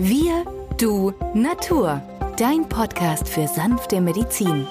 Wir, du, Natur. Dein Podcast für sanfte Medizin.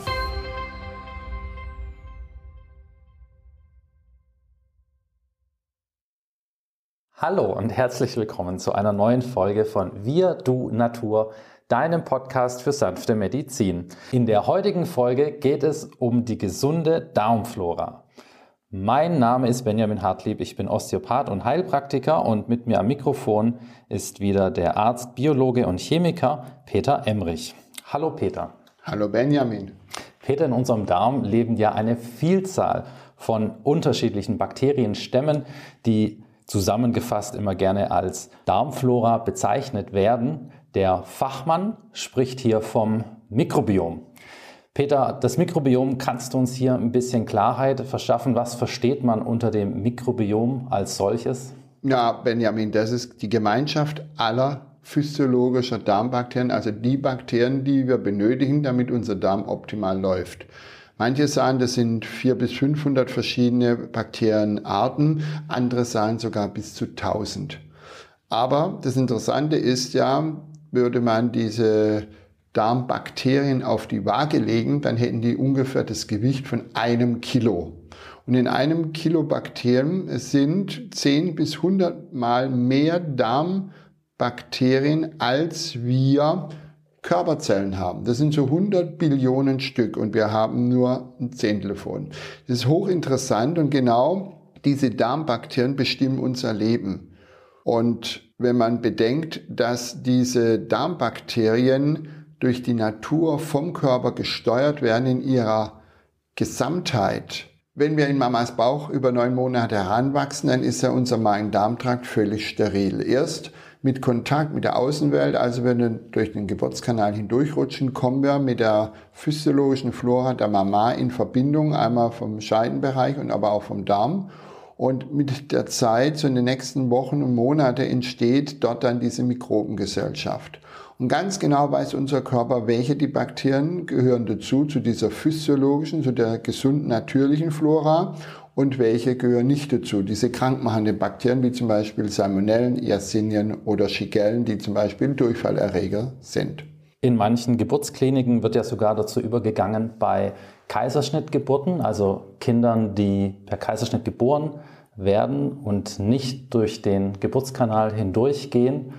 Hallo und herzlich willkommen zu einer neuen Folge von Wir, du, Natur, deinem Podcast für sanfte Medizin. In der heutigen Folge geht es um die gesunde Darmflora. Mein Name ist Benjamin Hartlieb, ich bin Osteopath und Heilpraktiker und mit mir am Mikrofon ist wieder der Arzt, Biologe und Chemiker Peter Emrich. Hallo Peter. Hallo Benjamin. Peter, in unserem Darm leben ja eine Vielzahl von unterschiedlichen Bakterienstämmen, die zusammengefasst immer gerne als Darmflora bezeichnet werden. Der Fachmann spricht hier vom Mikrobiom. Peter, das Mikrobiom, kannst du uns hier ein bisschen Klarheit verschaffen? Was versteht man unter dem Mikrobiom als solches? Ja, Benjamin, das ist die Gemeinschaft aller physiologischer Darmbakterien, also die Bakterien, die wir benötigen, damit unser Darm optimal läuft. Manche sagen, das sind 400 bis 500 verschiedene Bakterienarten, andere sagen sogar bis zu 1000. Aber das Interessante ist ja, würde man diese Darmbakterien auf die Waage legen, dann hätten die ungefähr das Gewicht von 1 Kilo. Und in 1 Kilo Bakterien sind 10 bis 100 Mal mehr Darmbakterien, als wir Körperzellen haben. Das sind so 100 Billionen Stück und wir haben nur ein Zehntel davon. Das ist hochinteressant und genau diese Darmbakterien bestimmen unser Leben. Und wenn man bedenkt, dass diese Darmbakterien durch die Natur vom Körper gesteuert werden in ihrer Gesamtheit. Wenn wir in Mamas Bauch über 9 Monate heranwachsen, dann ist ja unser Magen-Darm-Trakt völlig steril. Erst mit Kontakt mit der Außenwelt, also wenn wir durch den Geburtskanal hindurchrutschen, kommen wir mit der physiologischen Flora der Mama in Verbindung, einmal vom Scheidenbereich und aber auch vom Darm. Und mit der Zeit, so in den nächsten Wochen und Monaten, entsteht dort dann diese Mikrobengesellschaft. Und ganz genau weiß unser Körper, welche die Bakterien gehören dazu, zu dieser physiologischen, zu der gesunden, natürlichen Flora und welche gehören nicht dazu. Diese krankmachenden Bakterien, wie zum Beispiel Salmonellen, Yersinien oder Shigellen, die zum Beispiel Durchfallerreger sind. In manchen Geburtskliniken wird ja sogar dazu übergegangen, bei Kaiserschnittgeburten, also Kindern, die per Kaiserschnitt geboren werden und nicht durch den Geburtskanal hindurchgehen,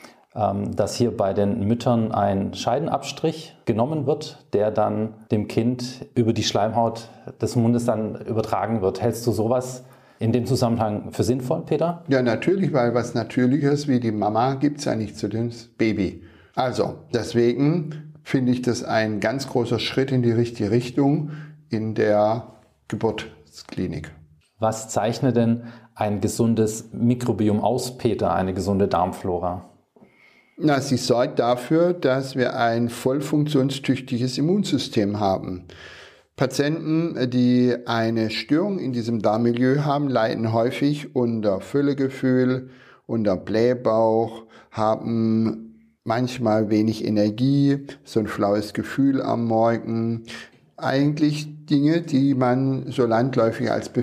dass hier bei den Müttern ein Scheidenabstrich genommen wird, der dann dem Kind über die Schleimhaut des Mundes dann übertragen wird. Hältst du sowas in dem Zusammenhang für sinnvoll, Peter? Ja, natürlich, weil was Natürliches wie die Mama gibt es ja nicht zu dem Baby. Also, deswegen finde ich das ein ganz großer Schritt in die richtige Richtung in der Geburtsklinik. Was zeichnet denn ein gesundes Mikrobiom aus, Peter, eine gesunde Darmflora? Na, sie sorgt dafür, dass wir ein voll funktionstüchtiges Immunsystem haben. Patienten, die eine Störung in diesem Darmmilieu haben, leiden häufig unter Völlegefühl, unter Blähbauch, haben manchmal wenig Energie, so ein flaues Gefühl am Morgen. Eigentlich Dinge, die man so landläufig als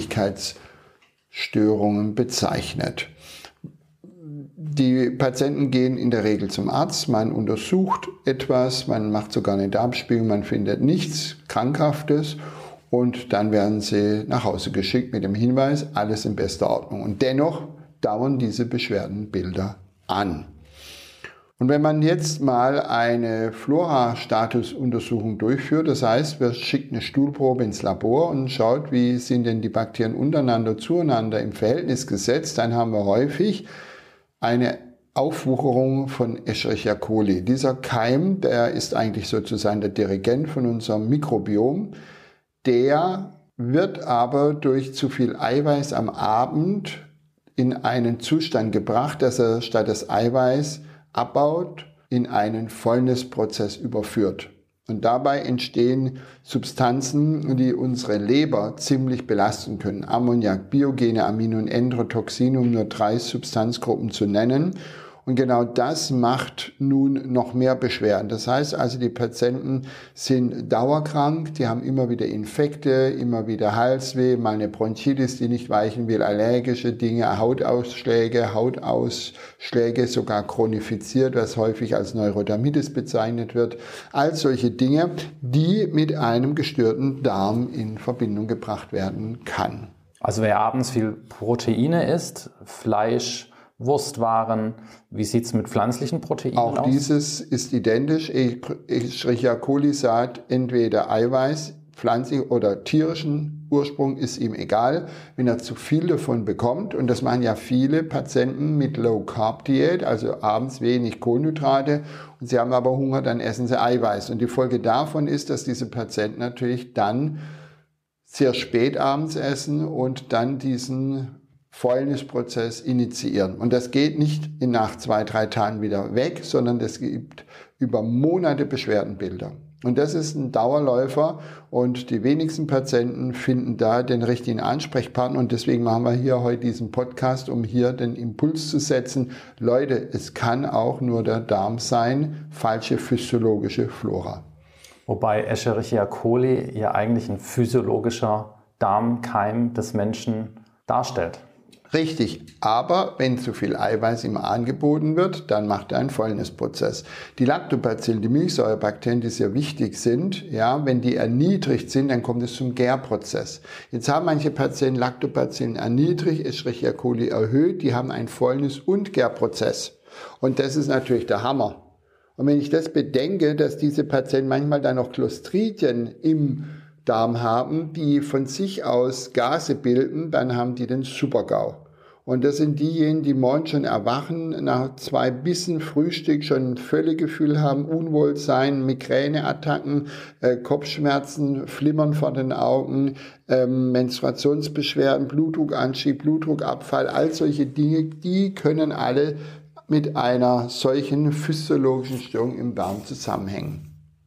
Befindlichkeitsstörungen bezeichnet. Die Patienten gehen in der Regel zum Arzt, man untersucht etwas, man macht sogar eine Darmspiegelung, man findet nichts Krankhaftes und dann werden sie nach Hause geschickt mit dem Hinweis, alles in bester Ordnung. Und dennoch dauern diese Beschwerdenbilder an. Und wenn man jetzt mal eine Flora-Status-Untersuchung durchführt, das heißt, wir schicken eine Stuhlprobe ins Labor und schaut, wie sind denn die Bakterien untereinander, zueinander im Verhältnis gesetzt, dann haben wir häufig eine Aufwucherung von Escherichia coli. Dieser Keim, der ist eigentlich sozusagen der Dirigent von unserem Mikrobiom. Der wird aber durch zu viel Eiweiß am Abend in einen Zustand gebracht, dass er statt das Eiweiß abbaut, in einen Fäulnisprozess überführt. Und dabei entstehen Substanzen, die unsere Leber ziemlich belasten können. Ammoniak, biogene Amino- und Endotoxine, um nur 3 Substanzgruppen zu nennen. Und genau das macht nun noch mehr Beschwerden. Das heißt also, die Patienten sind dauerkrank, die haben immer wieder Infekte, immer wieder Halsweh, mal eine Bronchitis, die nicht weichen will, allergische Dinge, Hautausschläge, sogar chronifiziert, was häufig als Neurodermitis bezeichnet wird. All solche Dinge, die mit einem gestörten Darm in Verbindung gebracht werden kann. Also wer abends viel Proteine isst, Fleisch, Wurstwaren, wie sieht es mit pflanzlichen Proteinen aus? Auch dieses ist identisch. Escherichia coli sagt, entweder Eiweiß, pflanzlichen oder tierischen Ursprung ist ihm egal, wenn er zu viel davon bekommt. Und das machen ja viele Patienten mit Low-Carb-Diät, also abends wenig Kohlenhydrate. Und sie haben aber Hunger, dann essen sie Eiweiß. Und die Folge davon ist, dass diese Patienten natürlich dann sehr spät abends essen und dann diesen Fäulnisprozess initiieren. Und das geht nicht nach 2-3 Tagen wieder weg, sondern das gibt über Monate Beschwerdenbilder. Und das ist ein Dauerläufer und die wenigsten Patienten finden da den richtigen Ansprechpartner. Und deswegen machen wir hier heute diesen Podcast, um hier den Impuls zu setzen. Leute, es kann auch nur der Darm sein, falsche physiologische Flora. Wobei Escherichia coli ja eigentlich ein physiologischer Darmkeim des Menschen darstellt. Richtig, aber wenn zu viel Eiweiß immer angeboten wird, dann macht er einen Fäulnisprozess. Die Lactobacillen, die Milchsäurebakterien, die sehr wichtig sind, ja, wenn die erniedrigt sind, dann kommt es zum Gärprozess. Jetzt haben manche Patienten Lactobacillen erniedrigt, Escherichia coli erhöht, die haben einen Fäulnis- und Gärprozess. Und das ist natürlich der Hammer. Und wenn ich das bedenke, dass diese Patienten manchmal dann noch Clostridien im Darm haben, die von sich aus Gase bilden, dann haben die den Super-GAU. Und das sind diejenigen, die morgens schon erwachen, nach 2 Bissen Frühstück schon ein Völlegefühl haben, Unwohlsein, Migräneattacken, Kopfschmerzen, Flimmern vor den Augen, Menstruationsbeschwerden, Blutdruckanstieg, Blutdruckabfall, all solche Dinge, die können alle mit einer solchen physiologischen Störung im Darm zusammenhängen.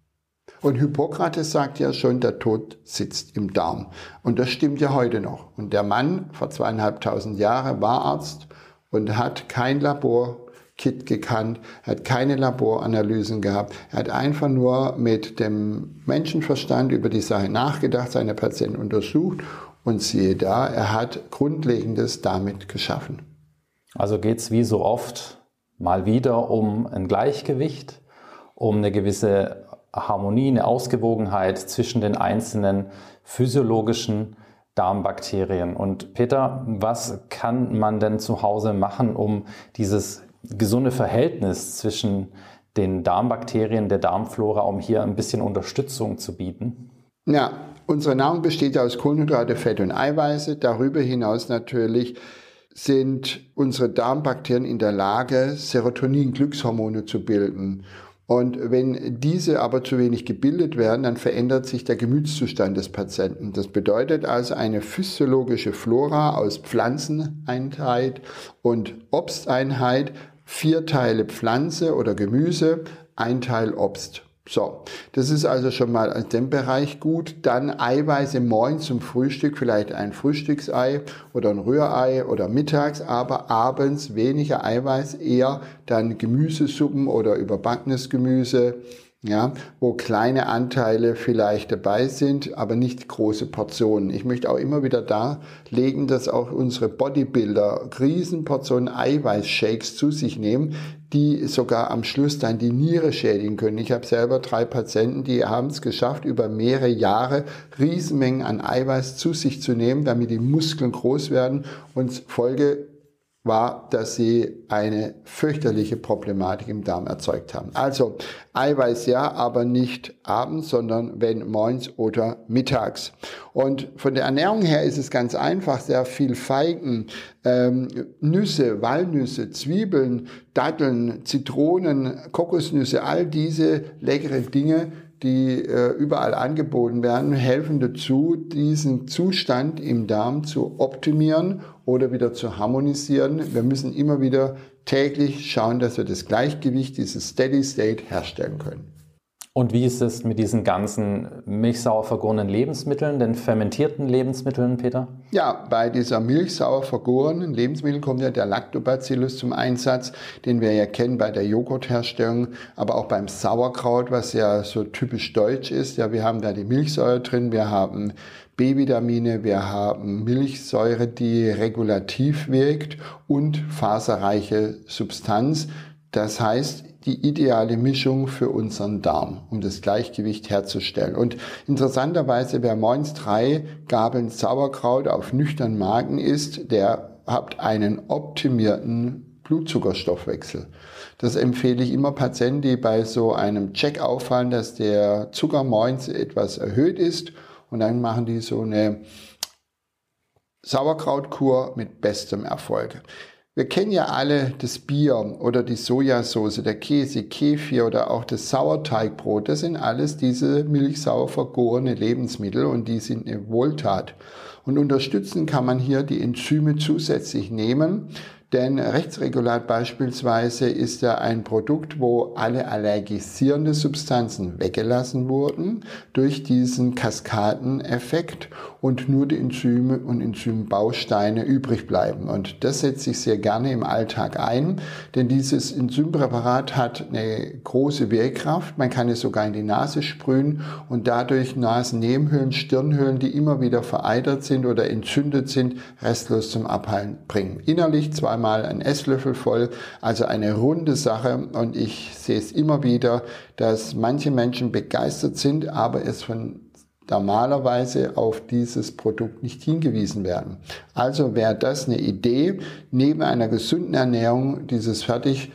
Und Hippokrates sagt ja schon, der Tod sitzt im Darm. Und das stimmt ja heute noch. Und der Mann vor 2500 Jahren war Arzt und hat kein Laborkit gekannt, hat keine Laboranalysen gehabt. Er hat einfach nur mit dem Menschenverstand über die Sache nachgedacht, seine Patienten untersucht und siehe da, er hat Grundlegendes damit geschaffen. Also geht es wie so oft mal wieder um ein Gleichgewicht, um eine gewisse Harmonie, eine Ausgewogenheit zwischen den einzelnen physiologischen Darmbakterien. Und Peter, was kann man denn zu Hause machen, um dieses gesunde Verhältnis zwischen den Darmbakterien, der Darmflora, um hier ein bisschen Unterstützung zu bieten? Ja, unsere Nahrung besteht aus Kohlenhydrate, Fett und Eiweiße. Darüber hinaus natürlich sind unsere Darmbakterien in der Lage, Serotonin-Glückshormone zu bilden. Und wenn diese aber zu wenig gebildet werden, dann verändert sich der Gemütszustand des Patienten. Das bedeutet also eine physiologische Flora aus Pflanzeneinheit und Obsteinheit, 4 Teile Pflanze oder Gemüse, 1 Teil Obst. So, das ist also schon mal in dem Bereich gut. Dann Eiweiße morgens zum Frühstück, vielleicht ein Frühstücksei oder ein Rührei oder mittags, aber abends weniger Eiweiß, eher dann Gemüsesuppen oder überbackenes Gemüse, ja, wo kleine Anteile vielleicht dabei sind, aber nicht große Portionen. Ich möchte auch immer wieder darlegen, dass auch unsere Bodybuilder Riesenportionen Eiweißshakes zu sich nehmen, die sogar am Schluss dann die Niere schädigen können. Ich habe selber 3 Patienten, die haben es geschafft, über mehrere Jahre Riesenmengen an Eiweiß zu sich zu nehmen, damit die Muskeln groß werden und Folge war, dass sie eine fürchterliche Problematik im Darm erzeugt haben. Also Eiweiß ja, aber nicht abends, sondern wenn morgens oder mittags. Und von der Ernährung her ist es ganz einfach, sehr viel Feigen, Nüsse, Walnüsse, Zwiebeln, Datteln, Zitronen, Kokosnüsse, all diese leckeren Dinge, die überall angeboten werden, helfen dazu, diesen Zustand im Darm zu optimieren oder wieder zu harmonisieren. Wir müssen immer wieder täglich schauen, dass wir das Gleichgewicht, dieses Steady State herstellen können. Und wie ist es mit diesen ganzen milchsauer vergorenen Lebensmitteln, den fermentierten Lebensmitteln, Peter? Ja, bei dieser milchsauer vergorenen Lebensmittel kommt ja der Lactobacillus zum Einsatz, den wir ja kennen bei der Joghurtherstellung, aber auch beim Sauerkraut, was ja so typisch deutsch ist. Ja, wir haben da die Milchsäure drin, wir haben B-Vitamine, wir haben Milchsäure, die regulativ wirkt und faserreiche Substanz. Das heißt, die ideale Mischung für unseren Darm, um das Gleichgewicht herzustellen. Und interessanterweise, wer morgens 3 Gabeln Sauerkraut auf nüchternen Magen isst, der hat einen optimierten Blutzuckerstoffwechsel. Das empfehle ich immer Patienten, die bei so einem Check auffallen, dass der Zucker morgens etwas erhöht ist. Und dann machen die so eine Sauerkrautkur mit bestem Erfolg. Wir kennen ja alle das Bier oder die Sojasauce, der Käse, Kefir oder auch das Sauerteigbrot. Das sind alles diese milchsauer vergorene Lebensmittel und die sind eine Wohltat. Und unterstützen kann man hier die Enzyme zusätzlich nehmen, denn Rechtsregulat beispielsweise ist ja ein Produkt, wo alle allergisierende Substanzen weggelassen wurden durch diesen Kaskadeneffekt und nur die Enzyme und Enzymbausteine übrig bleiben. Und das setze ich sehr gerne im Alltag ein, denn dieses Enzympräparat hat eine große Wirkkraft. Man kann es sogar in die Nase sprühen und dadurch Nasennebenhöhlen, Stirnhöhlen, die immer wieder vereitert sind oder entzündet sind, restlos zum Abheilen bringen. Innerlich zweimal ein Esslöffel voll, also eine runde Sache, und ich sehe es immer wieder, dass manche Menschen begeistert sind, aber es von normalerweise auf dieses Produkt nicht hingewiesen werden. Also wäre das eine Idee, neben einer gesunden Ernährung dieses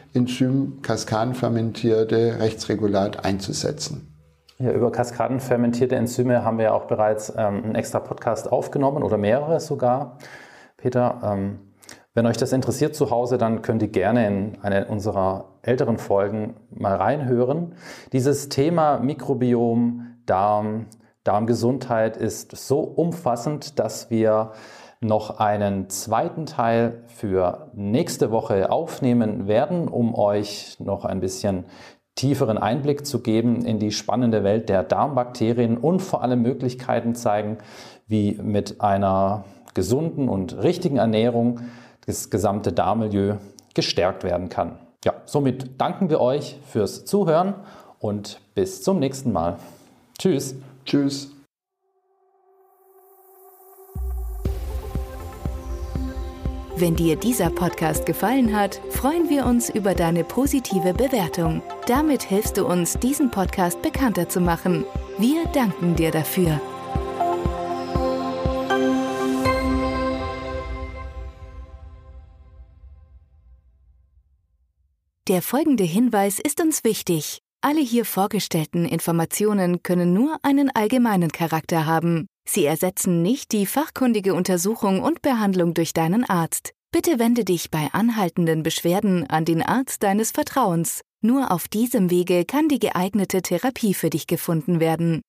Fertig-Enzym-kaskadenfermentierte Rechtsregulat einzusetzen. Ja, über kaskadenfermentierte Enzyme haben wir ja auch bereits einen extra Podcast aufgenommen oder mehrere sogar. Peter, wenn euch das interessiert zu Hause, dann könnt ihr gerne in eine unserer älteren Folgen mal reinhören. Dieses Thema Mikrobiom, Darmgesundheit ist so umfassend, dass wir noch einen zweiten Teil für nächste Woche aufnehmen werden, um euch noch ein bisschen tieferen Einblick zu geben in die spannende Welt der Darmbakterien und vor allem Möglichkeiten zeigen, wie mit einer gesunden und richtigen Ernährung das gesamte Darmmilieu gestärkt werden kann. Ja, somit danken wir euch fürs Zuhören und bis zum nächsten Mal. Tschüss. Tschüss. Wenn dir dieser Podcast gefallen hat, freuen wir uns über deine positive Bewertung. Damit hilfst du uns, diesen Podcast bekannter zu machen. Wir danken dir dafür. Der folgende Hinweis ist uns wichtig. Alle hier vorgestellten Informationen können nur einen allgemeinen Charakter haben. Sie ersetzen nicht die fachkundige Untersuchung und Behandlung durch deinen Arzt. Bitte wende dich bei anhaltenden Beschwerden an den Arzt deines Vertrauens. Nur auf diesem Wege kann die geeignete Therapie für dich gefunden werden.